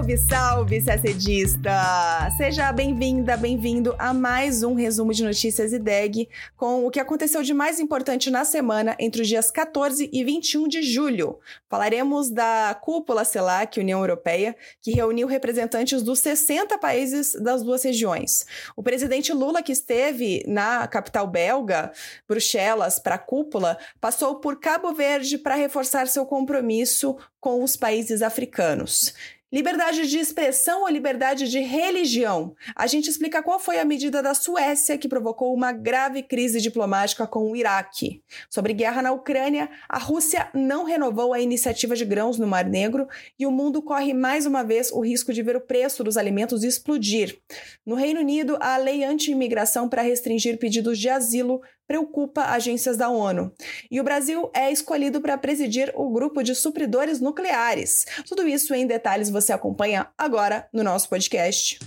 Salve, salve, CACDista! Seja bem-vinda, bem-vindo a mais um resumo de notícias IDEG com o que aconteceu de mais importante na semana entre os dias 14 e 21 de julho. Falaremos da cúpula CELAC, União Europeia, que reuniu representantes dos 60 países das duas regiões. O presidente Lula, que esteve na capital belga, Bruxelas, para a cúpula, passou por Cabo Verde para reforçar seu compromisso com os países africanos. Liberdade de expressão ou liberdade de religião? A gente explica qual foi a medida da Suécia que provocou uma grave crise diplomática com o Iraque. Sobre guerra na Ucrânia, a Rússia não renovou a iniciativa de grãos no Mar Negro e o mundo corre mais uma vez o risco de ver o preço dos alimentos explodir. No Reino Unido, a lei anti-imigração para restringir pedidos de asilo preocupa agências da ONU. E o Brasil é escolhido para presidir o grupo de supridores nucleares. Tudo isso em detalhes você acompanha agora no nosso podcast.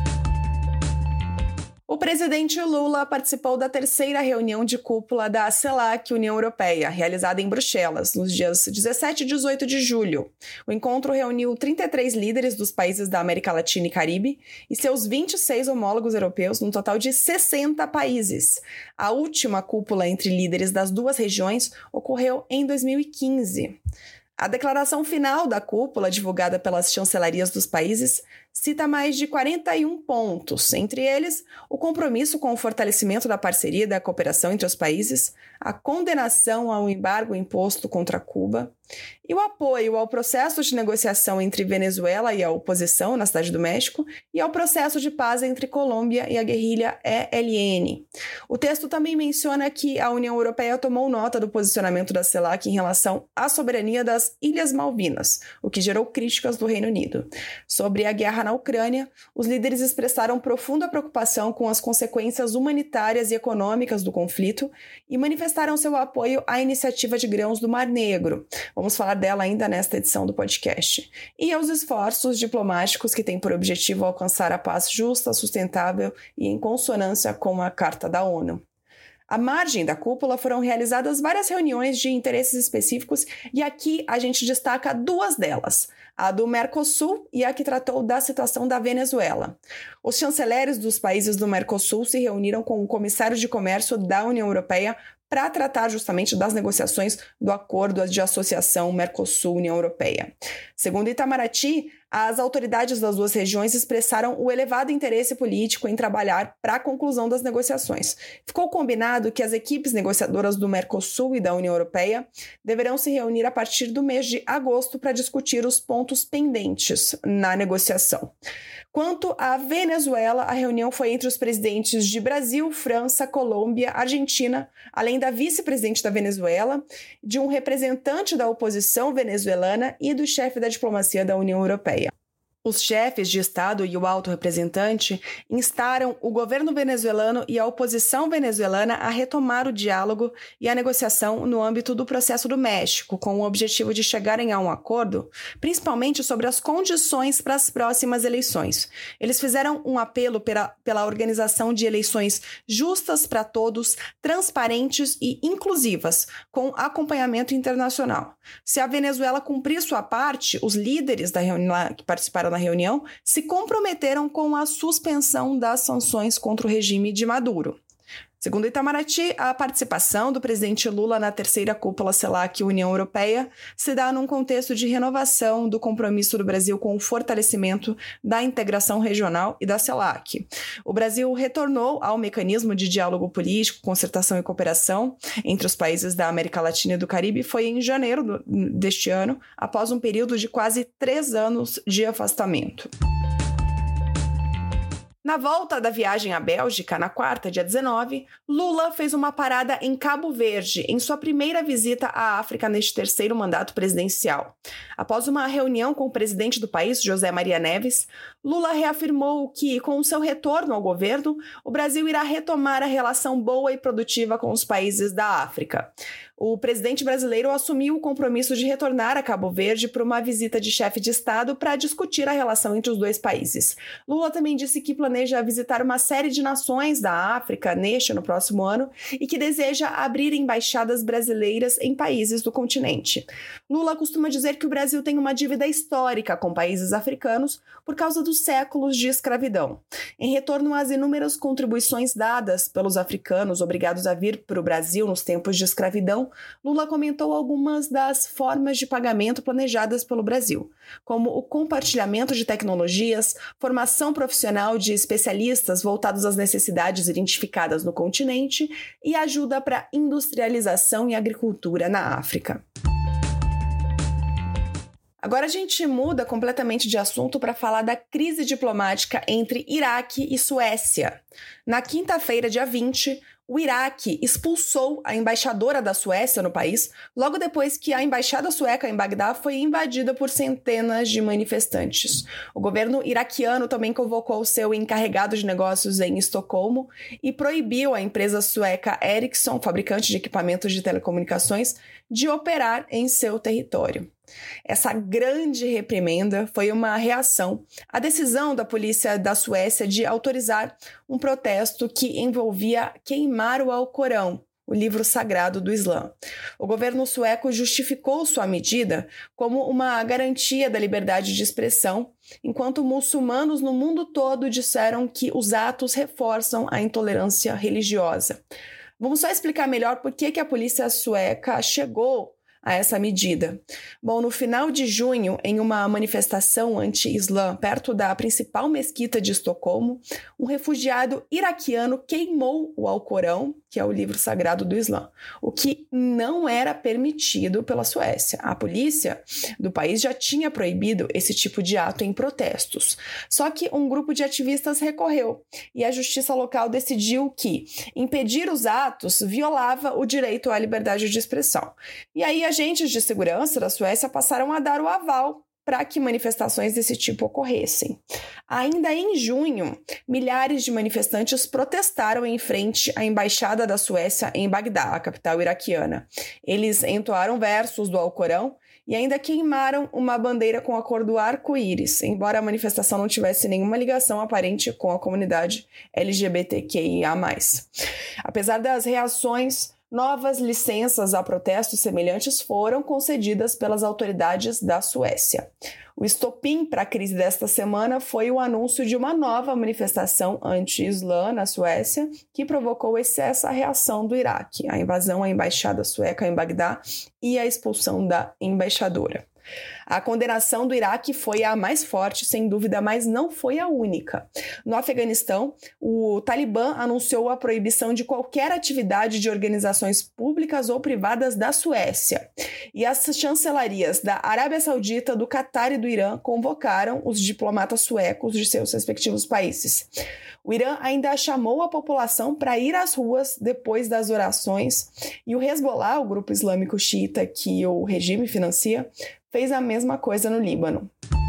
O presidente Lula participou da terceira reunião de cúpula da CELAC, União Europeia, realizada em Bruxelas, nos dias 17 e 18 de julho. O encontro reuniu 33 líderes dos países da América Latina e Caribe e seus 26 homólogos europeus, num total de 60 países. A última cúpula entre líderes das duas regiões ocorreu em 2015. A declaração final da cúpula, divulgada pelas chancelarias dos países, cita mais de 41 pontos, entre eles o compromisso com o fortalecimento da parceria e da cooperação entre os países, a condenação ao embargo imposto contra Cuba e o apoio ao processo de negociação entre Venezuela e a oposição na Cidade do México e ao processo de paz entre Colômbia e a guerrilha ELN. O texto também menciona que a União Europeia tomou nota do posicionamento da CELAC em relação à soberania das Ilhas Malvinas, o que gerou críticas do Reino Unido. Sobre a guerra na Ucrânia, os líderes expressaram profunda preocupação com as consequências humanitárias e econômicas do conflito e manifestaram seu apoio à iniciativa de grãos do Mar Negro. Vamos falar dela ainda nesta edição do podcast. E aos esforços diplomáticos que têm por objetivo alcançar a paz justa, sustentável e em consonância com a Carta da ONU. À margem da cúpula foram realizadas várias reuniões de interesses específicos e aqui a gente destaca duas delas, a do Mercosul e a que tratou da situação da Venezuela. Os chanceleres dos países do Mercosul se reuniram com o comissário de comércio da União Europeia para tratar justamente das negociações do acordo de associação Mercosul-União Europeia. Segundo Itamaraty, as autoridades das duas regiões expressaram o elevado interesse político em trabalhar para a conclusão das negociações. Ficou combinado que as equipes negociadoras do Mercosul e da União Europeia deverão se reunir a partir do mês de agosto para discutir os pontos pendentes na negociação. Quanto à Venezuela, a reunião foi entre os presidentes de Brasil, França, Colômbia, Argentina, além da vice-presidente da Venezuela, de um representante da oposição venezuelana e do chefe da diplomacia da União Europeia. Os chefes de Estado e o alto representante instaram o governo venezuelano e a oposição venezuelana a retomar o diálogo e a negociação no âmbito do processo do México, com o objetivo de chegarem a um acordo, principalmente sobre as condições para as próximas eleições. Eles fizeram um apelo pela organização de eleições justas para todos, transparentes e inclusivas, com acompanhamento internacional. Se a Venezuela cumprir sua parte, os líderes da reunião que participaram na reunião se comprometeram com a suspensão das sanções contra o regime de Maduro. Segundo Itamaraty, a participação do presidente Lula na terceira cúpula CELAC União Europeia se dá num contexto de renovação do compromisso do Brasil com o fortalecimento da integração regional e da CELAC. O Brasil retornou ao mecanismo de diálogo político, concertação e cooperação entre os países da América Latina e do Caribe foi em janeiro deste ano, após um período de quase 3 anos de afastamento. Na volta da viagem à Bélgica, na quarta, dia 19, Lula fez uma parada em Cabo Verde, em sua primeira visita à África neste terceiro mandato presidencial. Após uma reunião com o presidente do país, José Maria Neves, Lula reafirmou que, com o seu retorno ao governo, o Brasil irá retomar a relação boa e produtiva com os países da África. O presidente brasileiro assumiu o compromisso de retornar a Cabo Verde para uma visita de chefe de Estado para discutir a relação entre os dois países. Lula também disse que planeja planeja visitar uma série de nações da África neste e no próximo ano e que deseja abrir embaixadas brasileiras em países do continente. Lula costuma dizer que o Brasil tem uma dívida histórica com países africanos por causa dos séculos de escravidão. Em retorno às inúmeras contribuições dadas pelos africanos obrigados a vir para o Brasil nos tempos de escravidão, Lula comentou algumas das formas de pagamento planejadas pelo Brasil, como o compartilhamento de tecnologias, formação profissional de especialistas voltados às necessidades identificadas no continente e ajuda para industrialização e agricultura na África. Agora a gente muda completamente de assunto para falar da crise diplomática entre Iraque e Suécia. Na quinta-feira, dia 20, o Iraque expulsou a embaixadora da Suécia no país, logo depois que a embaixada sueca em Bagdá foi invadida por centenas de manifestantes. O governo iraquiano também convocou seu encarregado de negócios em Estocolmo e proibiu a empresa sueca Ericsson, fabricante de equipamentos de telecomunicações, de operar em seu território. Essa grande reprimenda foi uma reação à decisão da polícia da Suécia de autorizar um protesto que envolvia queimar o Alcorão, o livro sagrado do Islã. O governo sueco justificou sua medida como uma garantia da liberdade de expressão, enquanto muçulmanos no mundo todo disseram que os atos reforçam a intolerância religiosa. Vamos só explicar melhor por que a polícia sueca chegou a essa medida. Bom, no final de junho, em uma manifestação anti-Islã perto da principal mesquita de Estocolmo, um refugiado iraquiano queimou o Alcorão, que é o livro sagrado do Islã, o que não era permitido pela Suécia. A polícia do país já tinha proibido esse tipo de ato em protestos. Só que um grupo de ativistas recorreu e a justiça local decidiu que impedir os atos violava o direito à liberdade de expressão. E aí agentes de segurança da Suécia passaram a dar o aval para que manifestações desse tipo ocorressem. Ainda em junho, milhares de manifestantes protestaram em frente à embaixada da Suécia em Bagdá, a capital iraquiana. Eles entoaram versos do Alcorão e ainda queimaram uma bandeira com a cor do arco-íris, embora a manifestação não tivesse nenhuma ligação aparente com a comunidade LGBTQIA+. Apesar das reações, novas licenças a protestos semelhantes foram concedidas pelas autoridades da Suécia. O estopim para a crise desta semana foi o anúncio de uma nova manifestação anti-Islã na Suécia, que provocou essa reação do Iraque, a invasão à embaixada sueca em Bagdá e a expulsão da embaixadora. A condenação do Iraque foi a mais forte, sem dúvida, mas não foi a única. No Afeganistão, o Talibã anunciou a proibição de qualquer atividade de organizações públicas ou privadas da Suécia. E as chancelarias da Arábia Saudita, do Catar e do Irã convocaram os diplomatas suecos de seus respectivos países. O Irã ainda chamou a população para ir às ruas depois das orações e o Hezbollah, o grupo islâmico xiita que o regime financia, fez a mesma coisa no Líbano.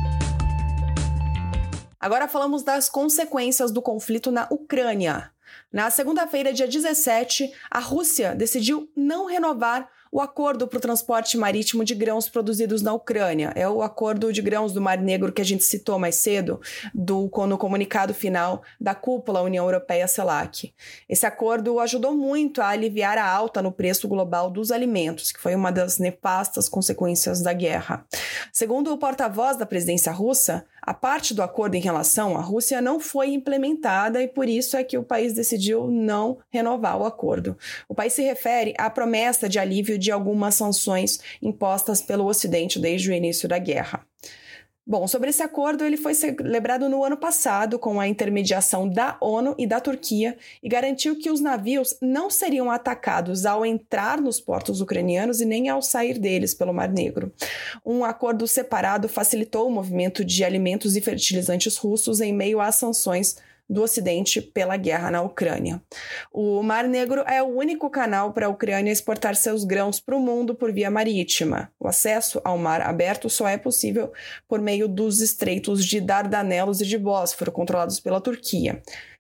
Agora falamos das consequências do conflito na Ucrânia. Na segunda-feira, dia 17, a Rússia decidiu não renovar o acordo para o transporte marítimo de grãos produzidos na Ucrânia. É o acordo de grãos do Mar Negro que a gente citou mais cedo, no comunicado final da cúpula União Europeia-CELAC. Esse acordo ajudou muito a aliviar a alta no preço global dos alimentos, que foi uma das nefastas consequências da guerra. Segundo o porta-voz da presidência russa, a parte do acordo em relação à Rússia não foi implementada e por isso é que o país decidiu não renovar o acordo. O país se refere à promessa de alívio de algumas sanções impostas pelo Ocidente desde o início da guerra. Bom, sobre esse acordo, ele foi celebrado no ano passado com a intermediação da ONU e da Turquia e garantiu que os navios não seriam atacados ao entrar nos portos ucranianos e nem ao sair deles pelo Mar Negro. Um acordo separado facilitou o movimento de alimentos e fertilizantes russos em meio às sanções do Ocidente pela guerra na Ucrânia. O Mar Negro é o único canal para a Ucrânia exportar seus grãos para o mundo por via marítima. O acesso ao mar aberto só é possível por meio dos estreitos de Dardanelos e de Bósforo, controlados pela Turquia.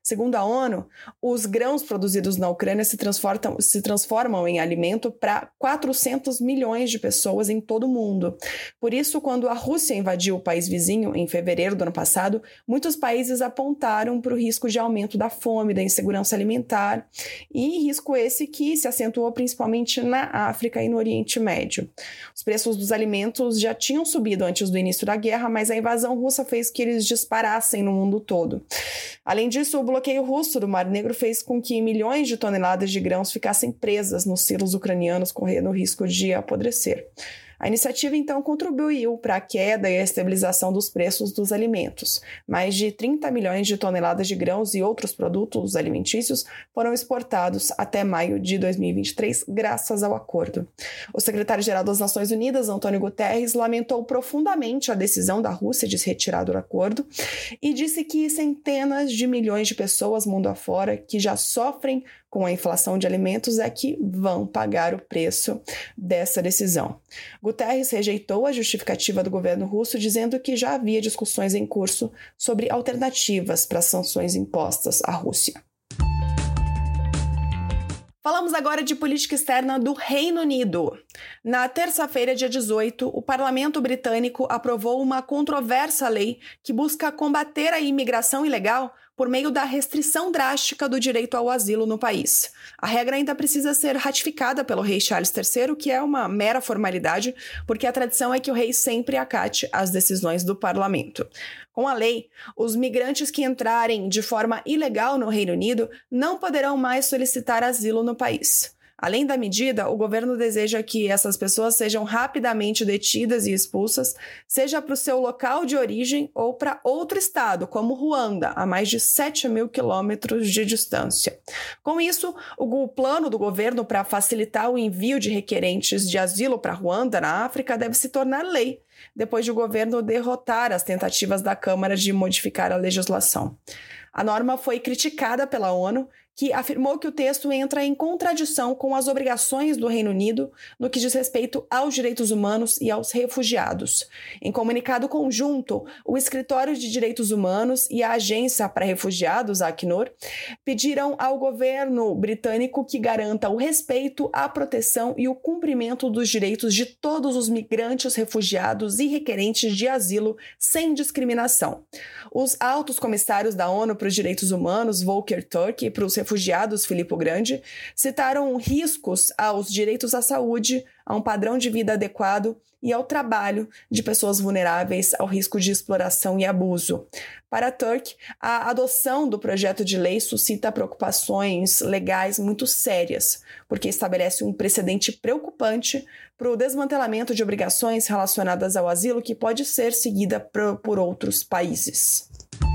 Segundo a ONU, os grãos produzidos na Ucrânia se transformam em alimento para 400 milhões de pessoas em todo o mundo. Por isso, quando a Rússia invadiu o país vizinho em fevereiro do ano passado, muitos países apontaram para o risco de aumento da fome, da insegurança alimentar, e risco esse que se acentuou principalmente na África e no Oriente Médio. Os preços dos alimentos já tinham subido antes do início da guerra, mas a invasão russa fez que eles disparassem no mundo todo. Além disso, o bloqueio russo do Mar Negro fez com que milhões de toneladas de grãos ficassem presas nos silos ucranianos, correndo o risco de apodrecer. A iniciativa, então, contribuiu para a queda e a estabilização dos preços dos alimentos. Mais de 30 milhões de toneladas de grãos e outros produtos alimentícios foram exportados até maio de 2023, graças ao acordo. O secretário-geral das Nações Unidas, Antônio Guterres, lamentou profundamente a decisão da Rússia de se retirar do acordo e disse que centenas de milhões de pessoas mundo afora que já sofrem com a inflação de alimentos é que vão pagar o preço dessa decisão. Guterres rejeitou a justificativa do governo russo, dizendo que já havia discussões em curso sobre alternativas para as sanções impostas à Rússia. Falamos agora de política externa do Reino Unido. Na terça-feira, dia 18, o parlamento britânico aprovou uma controversa lei que busca combater a imigração ilegal por meio da restrição drástica do direito ao asilo no país. A regra ainda precisa ser ratificada pelo rei Charles III, que é uma mera formalidade, porque a tradição é que o rei sempre acate as decisões do parlamento. Com a lei, os migrantes que entrarem de forma ilegal no Reino Unido não poderão mais solicitar asilo no país. Além da medida, o governo deseja que essas pessoas sejam rapidamente detidas e expulsas, seja para o seu local de origem ou para outro estado, como Ruanda, a mais de 7 mil quilômetros de distância. Com isso, o plano do governo para facilitar o envio de requerentes de asilo para Ruanda, na África, deve se tornar lei, depois de o governo derrotar as tentativas da Câmara de modificar a legislação. A norma foi criticada pela ONU, que afirmou que o texto entra em contradição com as obrigações do Reino Unido no que diz respeito aos direitos humanos e aos refugiados. Em comunicado conjunto, o Escritório de Direitos Humanos e a Agência para Refugiados, a Acnur, pediram ao governo britânico que garanta o respeito, a proteção e o cumprimento dos direitos de todos os migrantes, refugiados e requerentes de asilo sem discriminação. Os altos comissários da ONU para os Direitos Humanos, Volker Turk, e para os refugiados, Filippo Grandi, citaram riscos aos direitos à saúde, a um padrão de vida adequado e ao trabalho de pessoas vulneráveis ao risco de exploração e abuso. Para Turk, a adoção do projeto de lei suscita preocupações legais muito sérias, porque estabelece um precedente preocupante para o desmantelamento de obrigações relacionadas ao asilo que pode ser seguida por outros países.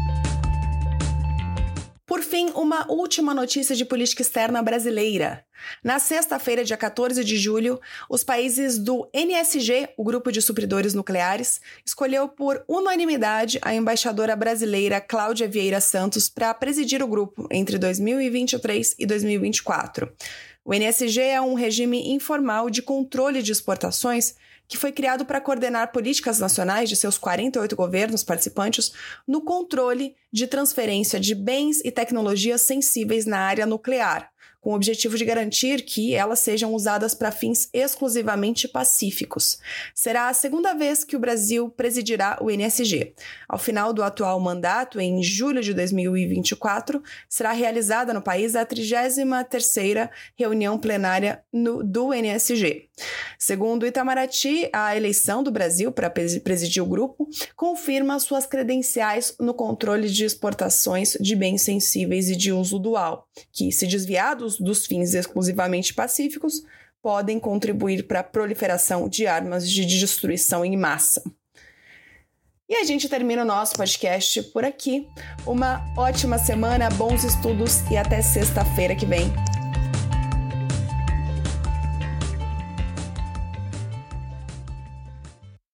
Por fim, uma última notícia de política externa brasileira. Na sexta-feira, dia 14 de julho, os países do NSG, o Grupo de Supridores Nucleares, escolheu por unanimidade a embaixadora brasileira Cláudia Vieira Santos para presidir o grupo entre 2023 e 2024. O NSG é um regime informal de controle de exportações que foi criado para coordenar políticas nacionais de seus 48 governos participantes no controle de transferência de bens e tecnologias sensíveis na área nuclear, com o objetivo de garantir que elas sejam usadas para fins exclusivamente pacíficos. Será a segunda vez que o Brasil presidirá o NSG. Ao final do atual mandato, em julho de 2024, será realizada no país a 33ª reunião plenária do NSG. Segundo Itamaraty, a eleição do Brasil para presidir o grupo confirma suas credenciais no controle de exportações de bens sensíveis e de uso dual, que, se desviados dos fins exclusivamente pacíficos, podem contribuir para a proliferação de armas de destruição em massa. E a gente termina o nosso podcast por aqui. Uma ótima semana, bons estudos e até sexta-feira que vem.